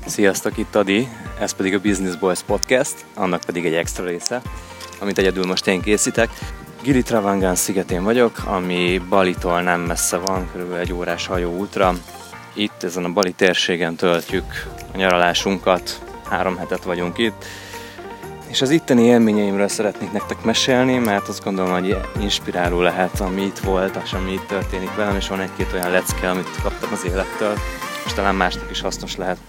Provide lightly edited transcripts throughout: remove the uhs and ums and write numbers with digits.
Sziasztok, itt Adi, ez pedig a Business Boys Podcast, annak pedig egy extra része, amit egyedül most én készítek. Gili Trawangan szigetén vagyok, ami Balitól nem messze van, kb. 1 órás hajóútra. Itt ezen a Bali térségen töltjük a nyaralásunkat, 3 hetet vagyunk itt. És az itteni élményeimről szeretnék nektek mesélni, mert azt gondolom, hogy inspiráló lehet, ami itt volt, és ami itt történik velem, és van egy-két olyan lecke, amit kaptam az élettől, és talán másnak is hasznos lehet.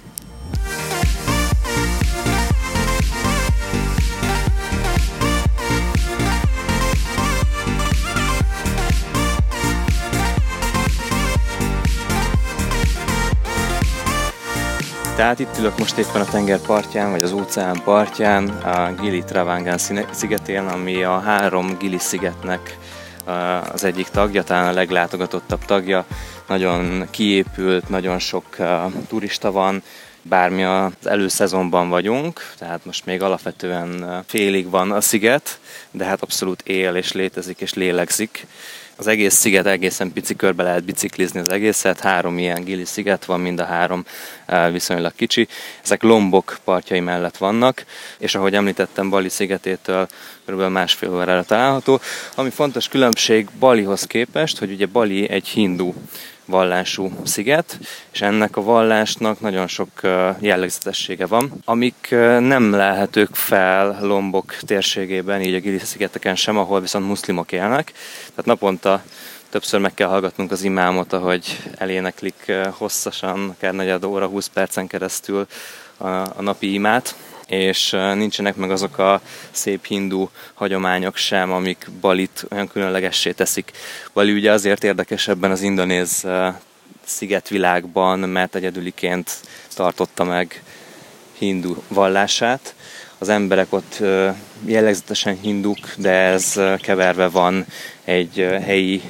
Tehát itt ülök most éppen a tenger partján, vagy az óceán partján, a Gili Trawangan szigetén, ami a 3 Gili szigetnek az egyik tagja, talán a leglátogatottabb tagja. Nagyon kiépült, nagyon sok turista van, bármi az előszezonban vagyunk, tehát most még alapvetően félig van a sziget, de hát abszolút él és létezik és lélegzik. Az egész sziget egészen pici, körbe lehet biciklizni az egészet, 3 ilyen Gili sziget van, mind a 3 viszonylag kicsi. Ezek Lombok partjai mellett vannak, és ahogy említettem, Bali szigetétől kb. 1,5 órára található. Ami fontos különbség Balihoz képest, hogy ugye Bali egy hindu vallású sziget, és ennek a vallásnak nagyon sok jellegzetessége van, amik nem lelhetők fel Lombok térségében, így a Gili szigeteken sem, ahol viszont muszlimok élnek. Tehát naponta többször meg kell hallgatnunk az imámot, ahogy eléneklik hosszasan, akár negyed óra, 20 percen keresztül a napi imát, és nincsenek meg azok a szép hindu hagyományok sem, amik Balit olyan különlegessé teszik. Bali ugye azért érdekes ebben az indonéz szigetvilágban, mert egyedüliként tartotta meg hindu vallását. Az emberek ott jellegzetesen hinduk, de ez keverve van egy helyi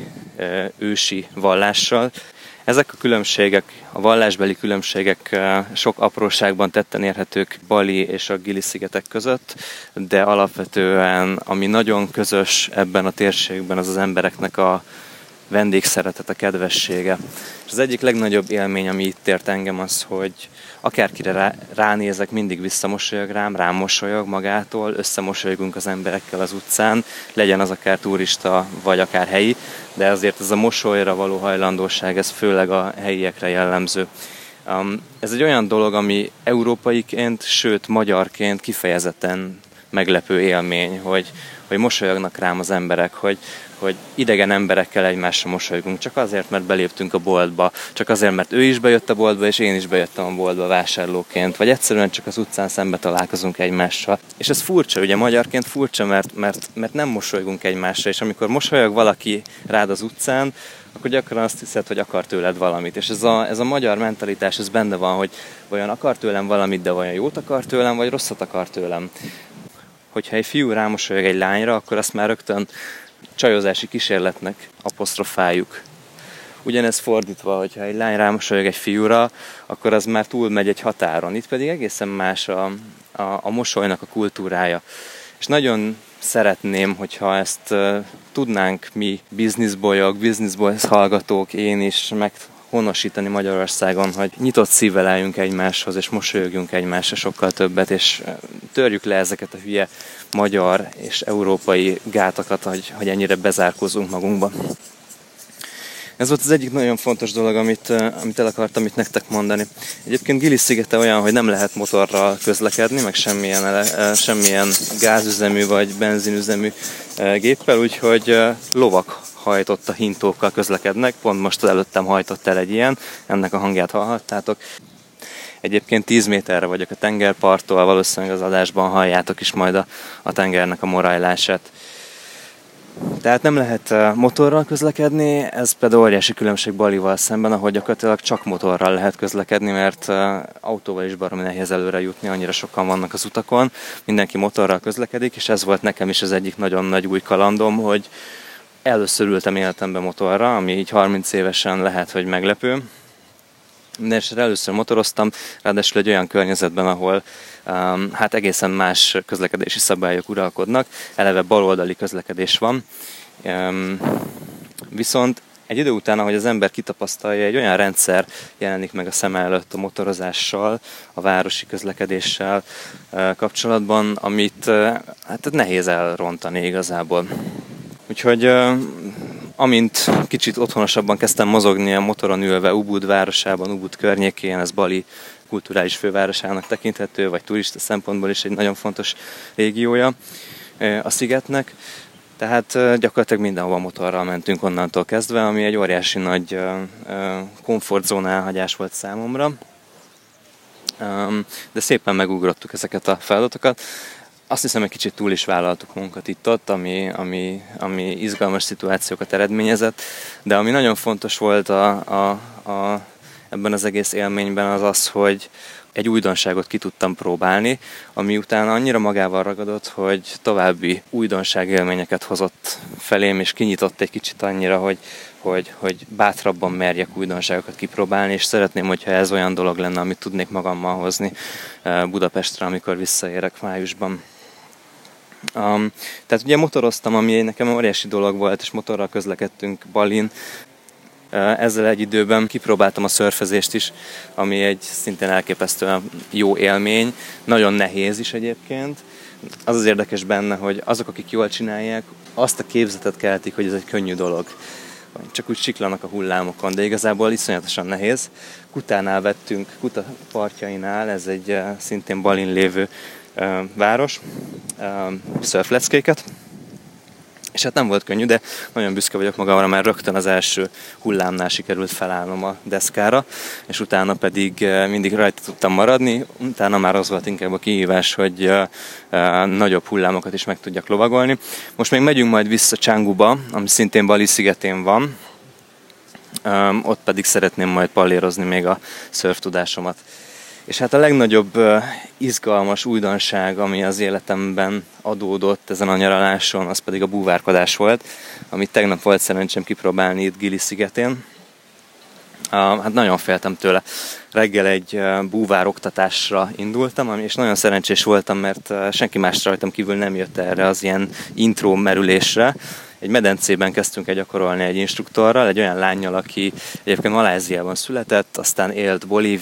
ősi vallással. Ezek a különbségek, a vallásbeli különbségek sok apróságban tetten érhetők Bali és a Gili szigetek között, de alapvetően ami nagyon közös ebben a térségben, az az embereknek a vendégszeretet, a kedvessége. És az egyik legnagyobb élmény, ami itt ért engem, az, hogy akárkire ránézek, mindig visszamosolyog rám mosolyog magától, összemosolygunk az emberekkel az utcán, legyen az akár turista, vagy akár helyi, de azért ez a mosolyra való hajlandóság, ez főleg a helyiekre jellemző. Ez egy olyan dolog, ami európaiként, sőt magyarként kifejezetten meglepő élmény, hogy mosolyognak rám az emberek, hogy idegen emberekkel egymásra mosolygunk, csak azért, mert beléptünk a boltba, csak azért, mert ő is bejött a boltba, és én is bejöttem a boltba vásárlóként, vagy egyszerűen csak az utcán szembe találkozunk egymással. És ez furcsa, ugye magyarként furcsa, mert nem mosolygunk egymásra, és amikor mosolyog valaki rád az utcán, akkor gyakran azt hiszed, hogy akar tőled valamit. És ez a magyar mentalitás, ez benne van, hogy vajon akar tőlem valamit, de vajon jót akar tőlem, vagy rosszat akar tőlem. Hogyha egy fiú rámosolyog egy lányra, akkor azt már rögtön csajozási kísérletnek apostrofáljuk. Ugyanez fordítva, hogyha egy lány rámosolyog egy fiúra, akkor az már túlmegy egy határon. Itt pedig egészen más a mosolynak a kultúrája. És nagyon szeretném, hogyha ezt tudnánk mi businessbolyok, businessboys hallgatók, én is meghonosítani Magyarországon, hogy nyitott szívvel álljunk egymáshoz, és mosolyogjunk egymásra sokkal többet, és törjük le ezeket a hülye magyar és európai gátakat, hogy ennyire bezárkózunk magunkba. Ez volt az egyik nagyon fontos dolog, amit el akartam itt nektek mondani. Egyébként Gili szigete olyan, hogy nem lehet motorral közlekedni, meg semmilyen gázüzemű vagy benzinüzemű géppel, úgyhogy lovak hajtott a hintókkal közlekednek. Pont most az előttem hajtott el egy ilyen, ennek a hangját hallhattátok. Egyébként 10 méterre vagyok a tengerparttól, valószínűleg az adásban halljátok is majd a tengernek a morajlását. Tehát nem lehet motorral közlekedni, ez például óriási különbség Balival szemben, ahol gyakorlatilag csak motorral lehet közlekedni, mert autóval is baromi nehéz előre jutni, annyira sokan vannak az utakon, mindenki motorral közlekedik, és ez volt nekem is az egyik nagyon nagy új kalandom, hogy először ültem életemben motorra, ami így 30 évesen lehet, hogy meglepő. Mindenesetre először motoroztam, ráadásul egy olyan környezetben, ahol hát egészen más közlekedési szabályok uralkodnak, eleve baloldali közlekedés van, viszont egy idő után, ahogy az ember kitapasztalja, egy olyan rendszer jelenik meg a szem előtt a motorozással, a városi közlekedéssel kapcsolatban, amit hát nehéz elrontani igazából. Úgyhogy amint kicsit otthonosabban kezdtem mozogni a motoron ülve Ubud városában, Ubud környékén, ez Bali kulturális fővárosának tekinthető, vagy turista szempontból is egy nagyon fontos régiója a szigetnek. Tehát gyakorlatilag mindenhova motorral mentünk onnantól kezdve, ami egy óriási nagy komfortzóna elhagyás volt számomra. De szépen megugrottuk ezeket a feladatokat. Azt hiszem, egy kicsit túl is vállaltuk munkat itt-ott, ami izgalmas szituációkat eredményezett, de ami nagyon fontos volt ebben az egész élményben az az, hogy egy újdonságot ki tudtam próbálni, ami utána annyira magával ragadott, hogy további újdonságélményeket hozott felém, és kinyitott egy kicsit annyira, hogy bátrabban merjek újdonságokat kipróbálni, és szeretném, hogyha ez olyan dolog lenne, amit tudnék magammal hozni Budapestre, amikor visszaérek májusban. Tehát ugye motoroztam, ami nekem óriási dolog volt, és motorral közlekedtünk Balin. Ezzel egy időben kipróbáltam a szörfözést is, ami egy szintén elképesztően jó élmény, nagyon nehéz is egyébként. Az érdekes benne, hogy azok, akik jól csinálják, azt a képzetet keltik, hogy ez egy könnyű dolog. Csak úgy siklanak a hullámokon, de igazából iszonyatosan nehéz. Kutánál vettünk, Kuta partjainál, ez egy szintén Balin lévő város, szörfleckéket. És hát nem volt könnyű, de nagyon büszke vagyok magamra, mert rögtön az első hullámnál sikerült felállnom a deszkára, és utána pedig mindig rajta tudtam maradni, utána már az volt inkább a kihívás, hogy nagyobb hullámokat is meg tudjak lovagolni. Most még megyünk majd vissza Cangguba, ami szintén Bali szigetén van, ott pedig szeretném majd pallérozni még a szörftudásomat. És hát a legnagyobb izgalmas újdonság, ami az életemben adódott ezen a nyaraláson, az pedig a búvárkodás volt, amit tegnap volt szerencsém kipróbálni itt Gili szigetén. Hát nagyon féltem tőle. Reggel egy búvár oktatásra indultam, és nagyon szerencsés voltam, mert senki más rajtam kívül nem jött erre az ilyen intro merülésre. Egy medencében kezdtünk el gyakorolni egy instruktorral, egy olyan lánnyal, aki egyébként Maláziában született, aztán élt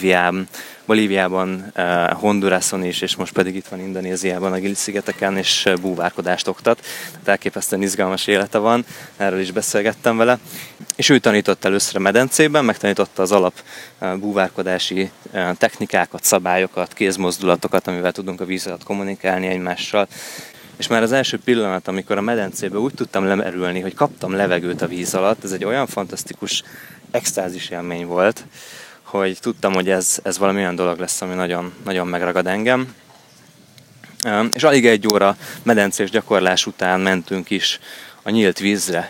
Bolíviában, Hondurason is, és most pedig itt van Indonéziában, a Gili-szigeteken, és búvárkodást oktat. Tehát elképesztően izgalmas élete van, erről is beszélgettem vele. És ő tanított először a medencében, megtanította az alap búvárkodási technikákat, szabályokat, kézmozdulatokat, amivel tudunk a víz alatt kommunikálni egymással. És már az első pillanat, amikor a medencébe úgy tudtam lemerülni, hogy kaptam levegőt a víz alatt, ez egy olyan fantasztikus extázis élmény volt, hogy tudtam, hogy ez valami olyan dolog lesz, ami nagyon, nagyon megragad engem. És alig egy óra medencés gyakorlás után mentünk is a nyílt vízre.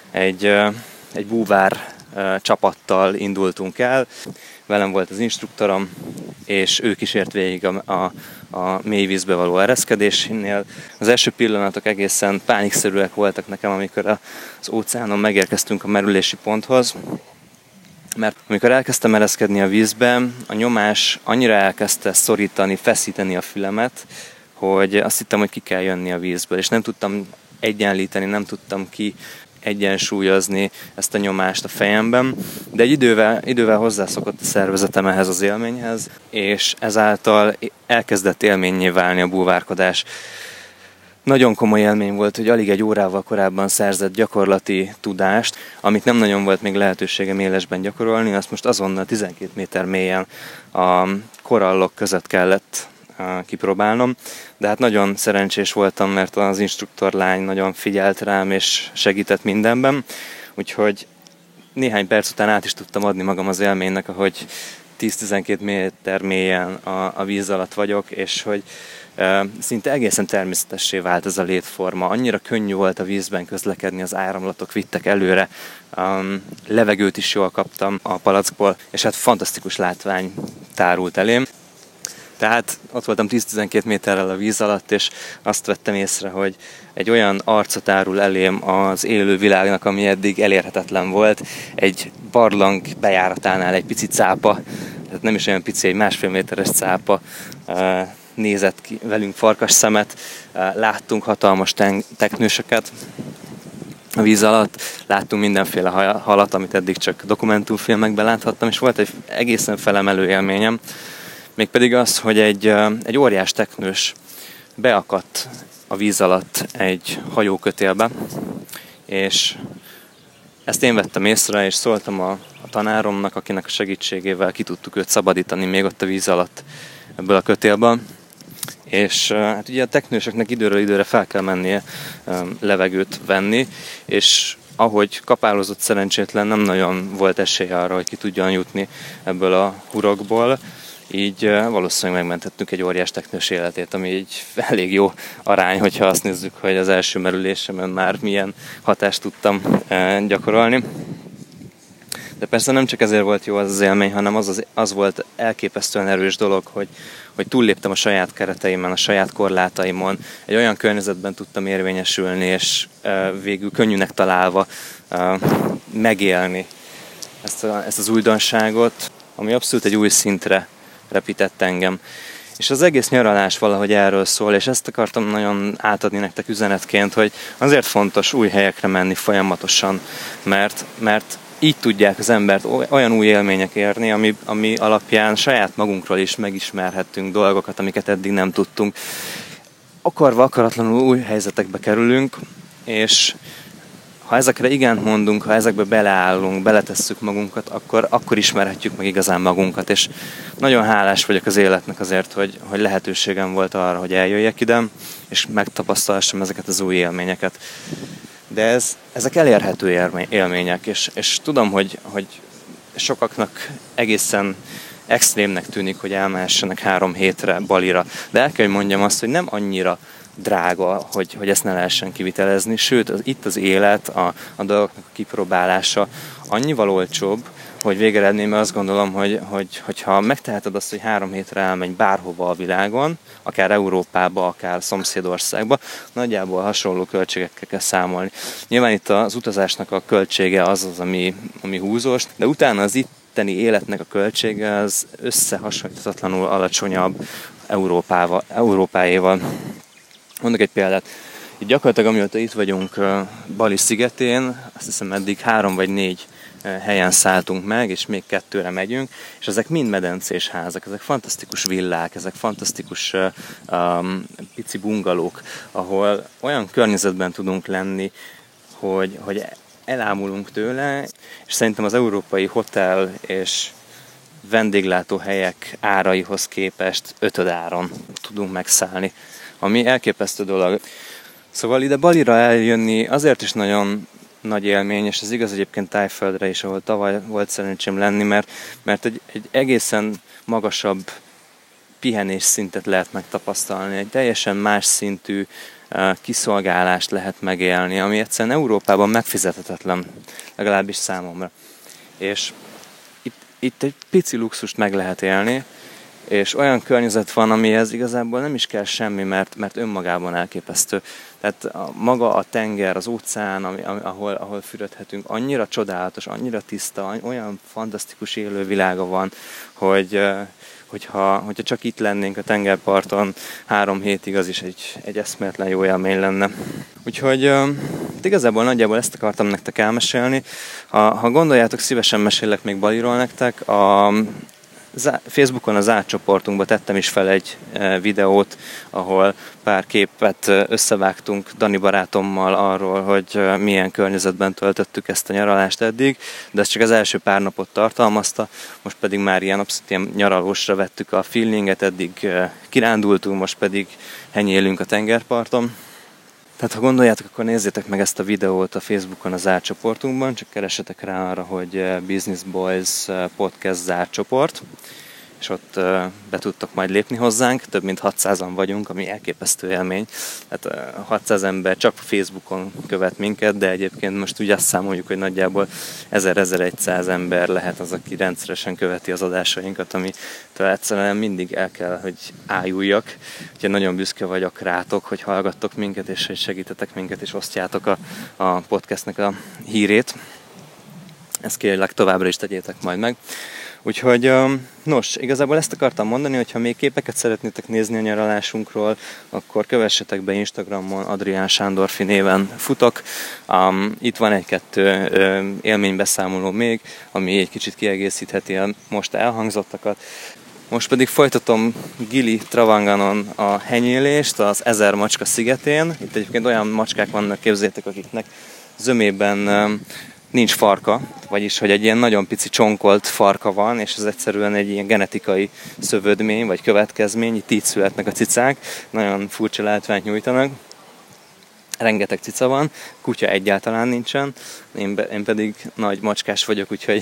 Egy búvár csapattal indultunk el, velem volt az instruktorom, és ő kísért végig a mély vízbe való ereszkedésnél. Az első pillanatok egészen pánikszerűek voltak nekem, amikor az óceánon megérkeztünk a merülési ponthoz, mert amikor elkezdtem ereszkedni a vízbe, a nyomás annyira elkezdte szorítani, feszíteni a fülemet, hogy azt hittem, hogy ki kell jönni a vízből, és nem tudtam egyenlíteni, nem tudtam egyensúlyozni ezt a nyomást a fejemben, de egy idővel hozzászokott a szervezetem ehhez az élményhez, és ezáltal elkezdett élménnyé válni a búvárkodás. Nagyon komoly élmény volt, hogy alig egy órával korábban szerzett gyakorlati tudást, amit nem nagyon volt még lehetőségem élesben gyakorolni, azt most azonnal 12 méter mélyen a korallok között kellett kipróbálnom, de hát nagyon szerencsés voltam, mert az instruktorlány nagyon figyelt rám és segített mindenben, úgyhogy néhány perc után át is tudtam adni magam az élménynek, ahogy 10-12 méter mélyen a víz alatt vagyok, és hogy szinte egészen természetessé vált ez a létforma. Annyira könnyű volt a vízben közlekedni, az áramlatok vittek előre, levegőt is jól kaptam a palackból, és hát fantasztikus látvány tárult elém. Tehát ott voltam 10-12 méterrel a víz alatt, és azt vettem észre, hogy egy olyan arcot árul elém az élő világnak, ami eddig elérhetetlen volt. Egy barlang bejáratánál egy pici cápa, tehát nem is olyan pici, egy 1,5 méteres cápa nézett ki velünk farkas szemet, láttunk hatalmas teknősöket, a víz alatt. Láttunk mindenféle halat, amit eddig csak dokumentumfilmekben láthattam, és volt egy egészen felemelő élményem, mégpedig az, hogy egy óriás teknős beakadt a víz alatt egy hajókötélbe, és ezt én vettem észre, és szóltam a tanáromnak, akinek a segítségével ki tudtuk őt szabadítani még ott a víz alatt ebből a kötélből. És hát ugye a teknősöknek időről időre fel kell mennie levegőt venni, és ahogy kapálozott szerencsétlen, nem nagyon volt esélye arra, hogy ki tudjon jutni ebből a hurokból, így valószínűleg megmentettünk egy óriás teknős életét, ami így elég jó arány, hogyha azt nézzük, hogy az első merülésemen már milyen hatást tudtam gyakorolni. De persze nem csak ezért volt jó az élmény, hanem az volt elképesztően erős dolog, hogy túlléptem a saját kereteimen, a saját korlátaimon, egy olyan környezetben tudtam érvényesülni, és végül könnyűnek találva megélni ezt az újdonságot, ami abszolút egy új szintre repített engem. És az egész nyaralás valahogy erről szól, és ezt akartam nagyon átadni nektek üzenetként, hogy azért fontos új helyekre menni folyamatosan, mert így tudják az embert olyan új élmények érni, ami alapján saját magunkról is megismerhettünk dolgokat, amiket eddig nem tudtunk. Akarva, akaratlanul új helyzetekbe kerülünk, és ha ezekre igent mondunk, ha ezekbe beleállunk, beletesszük magunkat, akkor ismerhetjük meg igazán magunkat. És nagyon hálás vagyok az életnek azért, hogy lehetőségem volt arra, hogy eljöjjek ide, és megtapasztalhassam ezeket az új élményeket. De ezek elérhető élmények, és tudom, hogy sokaknak egészen extrémnek tűnik, hogy elmehessenek 3 hétre Balira. De el kell, hogy mondjam azt, hogy nem annyira drága, hogy ezt ne lehessen kivitelezni, sőt, itt az élet, a dolgoknak a kipróbálása annyival olcsóbb, hogy végeredményben azt gondolom, hogyha megteheted azt, hogy 3 hétre elmenj bárhova a világon, akár Európába, akár szomszédországba, nagyjából hasonló költségekkel kell számolni. Nyilván itt az utazásnak a költsége az, ami húzós, de utána az itteni életnek a költsége az összehasonlíthatatlanul alacsonyabb Európáéval. Mondok egy példát. Itt gyakorlatilag amióta itt vagyunk Bali szigetén, azt hiszem eddig 3 vagy 4 helyen szálltunk meg, és még 2-re megyünk, és ezek mind medencés házak, ezek fantasztikus villák, ezek fantasztikus pici bungalók, ahol olyan környezetben tudunk lenni, hogy elámulunk tőle, és szerintem az európai hotel és vendéglátóhelyek áraihoz képest 5 áron tudunk megszállni, ami elképesztő dolog. Szóval ide Balira eljönni azért is nagyon nagy élmény, és ez igaz egyébként Tájföldre is, ahol tavaly volt szerencsém lenni, mert egy egészen magasabb pihenés szintet lehet megtapasztalni, egy teljesen más szintű kiszolgálást lehet megélni, ami egyszerűen Európában megfizethetetlen, legalábbis számomra. És itt egy pici luxust meg lehet élni, és olyan környezet van, amihez igazából nem is kell semmi, mert önmagában elképesztő. Tehát maga a tenger, az óceán, ahol fürödhetünk, annyira csodálatos, annyira tiszta, olyan fantasztikus élővilága van, hogyha csak itt lennénk a tengerparton 3 hétig, az is egy eszméletlen jó élmény lenne. Úgyhogy igazából nagyjából ezt akartam nektek elmesélni. Ha gondoljátok, szívesen mesélek még Baliról nektek. Facebookon az átcsoportunkba tettem is fel egy videót, ahol pár képet összevágtunk Dani barátommal arról, hogy milyen környezetben töltöttük ezt a nyaralást eddig, de ez csak az első pár napot tartalmazta, most pedig már ilyen abszolút ilyen nyaralósra vettük a feelinget, eddig kirándultunk, most pedig henyélünk a tengerparton. Tehát ha gondoljátok, akkor nézzétek meg ezt a videót a Facebookon az átcsoportunkban, csak keressetek rá arra, hogy Business Boys Podcast zárcsoport, és ott be tudtok majd lépni hozzánk, több mint 600-an vagyunk, ami elképesztő élmény. Hát 600 ember csak Facebookon követ minket, de egyébként most úgy azt számoljuk, hogy nagyjából 1000-1100 ember lehet az, aki rendszeresen követi az adásainkat, ami egyszerűen mindig el kell, hogy ájuljak. Úgyhogy nagyon büszke vagyok rátok, hogy hallgattok minket, és hogy segítetek minket, és osztjátok a podcastnek a hírét. Ezt kérlek továbbra is tegyétek majd meg. Úgyhogy, nos, igazából ezt akartam mondani, hogy ha még képeket szeretnétek nézni a nyaralásunkról, akkor kövessetek be Instagramon, Adrián Sándorfi néven futok. Itt van egy-kettő élménybeszámoló még, ami egy kicsit kiegészítheti a most elhangzottakat. Most pedig folytatom Gili Travanganon a henyélést, az 1000 macska szigetén. Itt egyébként olyan macskák vannak, képzeljétek, akiknek zömében nincs farka, vagyis hogy egy ilyen nagyon pici csonkolt farka van, és ez egyszerűen egy ilyen genetikai szövődmény, vagy következmény, itt így születnek a cicák, nagyon furcsa látványt nyújtanak. Rengeteg cica van, kutya egyáltalán nincsen, én pedig nagy macskás vagyok, úgyhogy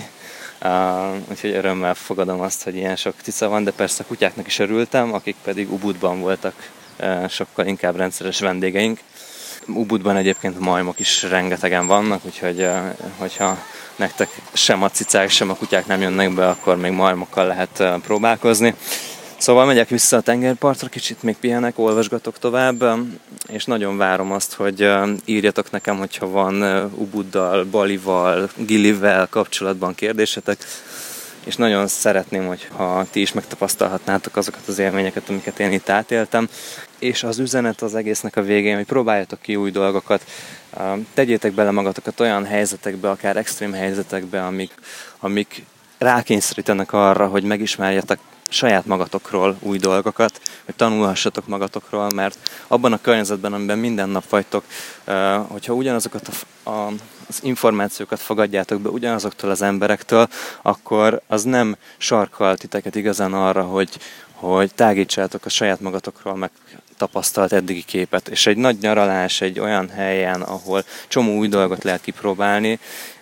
örömmel fogadom azt, hogy ilyen sok cica van, de persze a kutyáknak is örültem, akik pedig Ubudban voltak sokkal inkább rendszeres vendégeink. Ubudban egyébként majmok is rengetegen vannak, úgyhogy hogyha nektek sem a cicák, sem a kutyák nem jönnek be, akkor még majmokkal lehet próbálkozni. Szóval megyek vissza a tengerpartra, kicsit még pihenek, olvasgatok tovább, és nagyon várom azt, hogy írjatok nekem, hogyha van Ubuddal, Balival, Gilivel kapcsolatban kérdésetek, és nagyon szeretném, hogyha ti is megtapasztalhatnátok azokat az élményeket, amiket én itt átéltem. És az üzenet az egésznek a végén, hogy próbáljatok ki új dolgokat, tegyétek bele magatokat olyan helyzetekbe, akár extrém helyzetekbe, amik rákényszerítenek arra, hogy megismerjetek saját magatokról új dolgokat, hogy tanulhassatok magatokról, mert abban a környezetben, amiben minden nap vagytok, hogyha ugyanazokat az információkat fogadjátok be ugyanazoktól az emberektől, akkor az nem sarkal titeket igazán arra, hogy tágítsátok a saját magatokról meg tapasztalt eddigi képet. És egy nagy nyaralás egy olyan helyen, ahol csomó új dolgot lehet kipróbálni,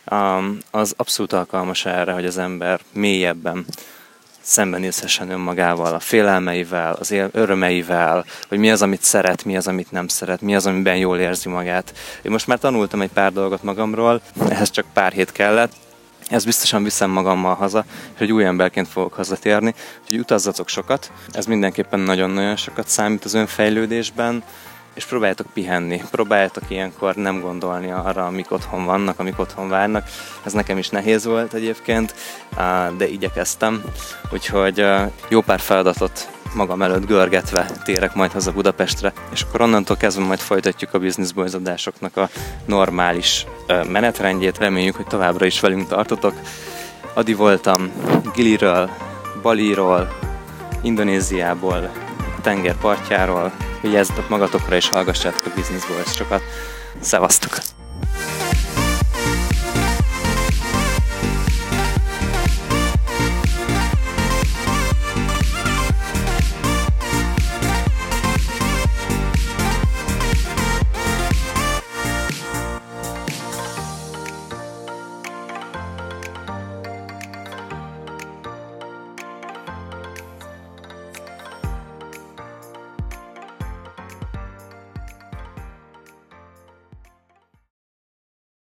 az abszolút alkalmas erre, hogy az ember mélyebben szembenézhessen önmagával, a félelmeivel, az örömeivel, hogy mi az, amit szeret, mi az, amit nem szeret, mi az, amiben jól érzi magát. Én most már tanultam egy pár dolgot magamról, ehhez csak pár hét kellett, ezt biztosan viszem magammal haza, és egy új emberként fogok hazatérni, úgyhogy utazzatok sokat, ez mindenképpen nagyon-nagyon sokat számít az önfejlődésben, és próbáljátok pihenni, próbáljátok ilyenkor nem gondolni arra, amik otthon vannak, amik otthon várnak. Ez nekem is nehéz volt egyébként, de igyekeztem, úgyhogy jó pár feladatot magam előtt görgetve térek majd haza Budapestre, és akkor onnantól kezdve majd folytatjuk a Business Boys adásoknak a normális menetrendjét. Reméljük, hogy továbbra is velünk tartotok. Adi voltam, Giliről, Baliról, Indonéziából, a tengerpartjáról. Vigyázzatok magatokra és hallgassátok a Business Boys-sokat. Szevasztok!